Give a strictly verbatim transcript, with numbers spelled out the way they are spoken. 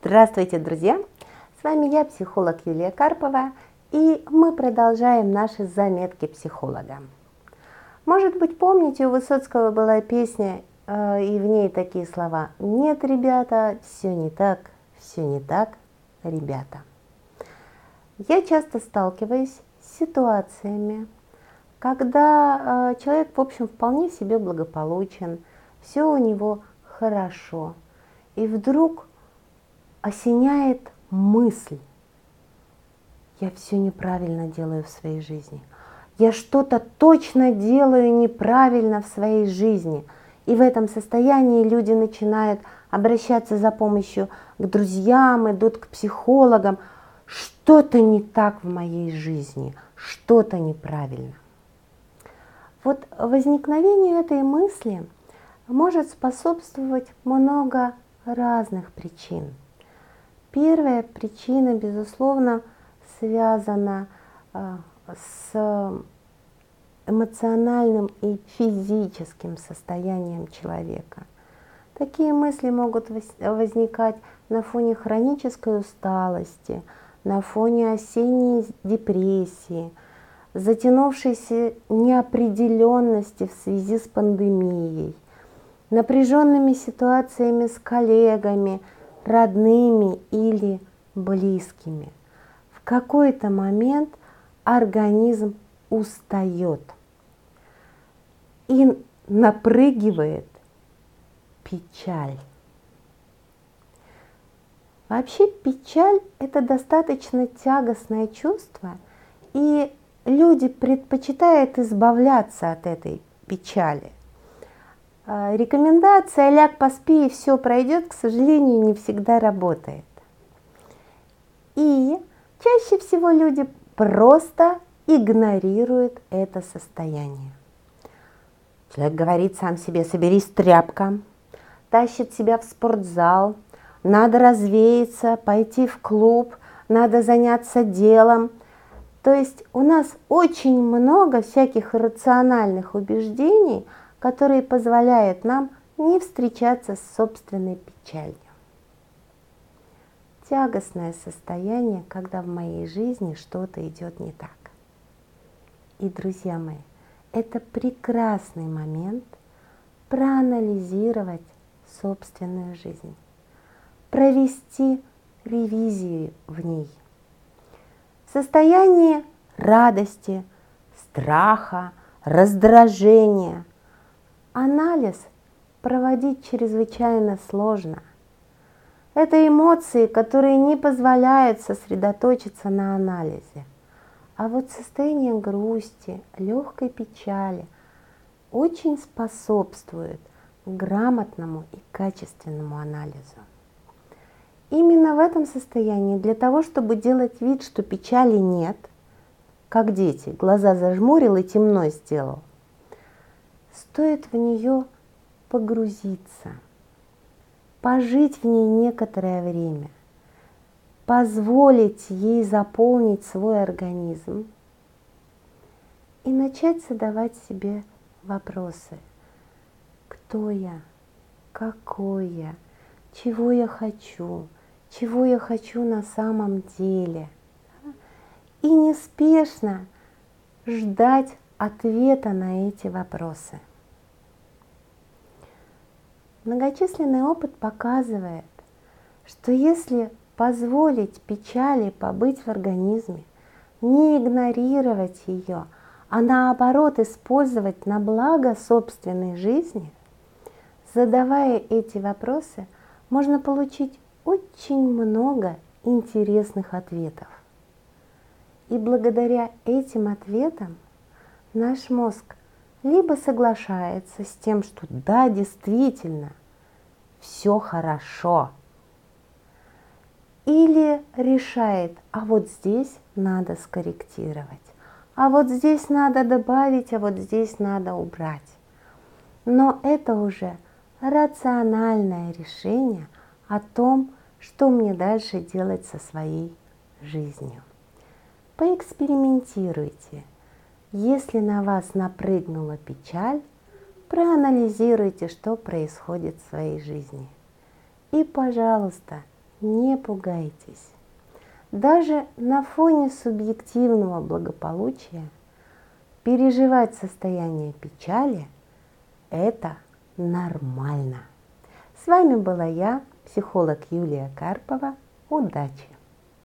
Здравствуйте, друзья! С вами я, психолог Юлия Карпова, и мы продолжаем наши заметки психолога. Может быть, помните, у Высоцкого была песня, э, и в ней такие слова: «Нет, ребята, все не так, все не так, ребята». Я часто сталкиваюсь с ситуациями, когда э, человек, в общем, вполне себе благополучен, все у него хорошо, и вдруг осеняет мысль: я все неправильно делаю в своей жизни, я что-то точно делаю неправильно в своей жизни. И в этом состоянии люди начинают обращаться за помощью к друзьям, идут к психологам. Что-то не так в моей жизни, что-то неправильно. Вот возникновению этой мысли может способствовать много разных причин. Первая причина, безусловно, связана э, с эмоциональным и физическим состоянием человека. Такие мысли могут возникать на фоне хронической усталости, на фоне осенней депрессии, затянувшейся неопределенности в связи с пандемией, напряженными ситуациями с коллегами, родными или близкими. В какой-то момент организм устает и напрыгивает печаль. Вообще печаль – это достаточно тягостное чувство, и люди предпочитают избавляться от этой печали. Рекомендация «ляг, поспи и все пройдет», к сожалению, не всегда работает. И чаще всего люди просто игнорируют это состояние. Человек говорит сам себе: соберись, тряпка, тащит себя в спортзал, надо развеяться, пойти в клуб, надо заняться делом. То есть у нас очень много всяких рациональных убеждений, которые позволяют нам не встречаться с собственной печалью. Тягостное состояние, когда в моей жизни что-то идет не так. И, друзья мои, это прекрасный момент проанализировать собственную жизнь, провести ревизию в ней. В состоянии радости, страха, раздражения анализ проводить чрезвычайно сложно. Это эмоции, которые не позволяют сосредоточиться на анализе. А вот состояние грусти, легкой печали очень способствует грамотному и качественному анализу. Именно в этом состоянии, для того, чтобы делать вид, что печали нет, как дети, глаза зажмурил и темно сделал, стоит в нее погрузиться, пожить в ней некоторое время, позволить ей заполнить свой организм и начать задавать себе вопросы: кто я, какой я, чего я хочу, чего я хочу на самом деле. И неспешно ждать ответа на эти вопросы. Многочисленный опыт показывает, что если позволить печали побыть в организме, не игнорировать ее, а наоборот использовать на благо собственной жизни, задавая эти вопросы, можно получить очень много интересных ответов. И благодаря этим ответам наш мозг либо соглашается с тем, что да, действительно, все хорошо, или решает: а вот здесь надо скорректировать, а вот здесь надо добавить, а вот здесь надо убрать. Но это уже рациональное решение о том, что мне дальше делать со своей жизнью. Поэкспериментируйте. Если на вас напрыгнула печаль, проанализируйте, что происходит в своей жизни. И, пожалуйста, не пугайтесь. Даже на фоне субъективного благополучия переживать состояние печали – это нормально. С вами была я, психолог Юлия Карпова. Удачи!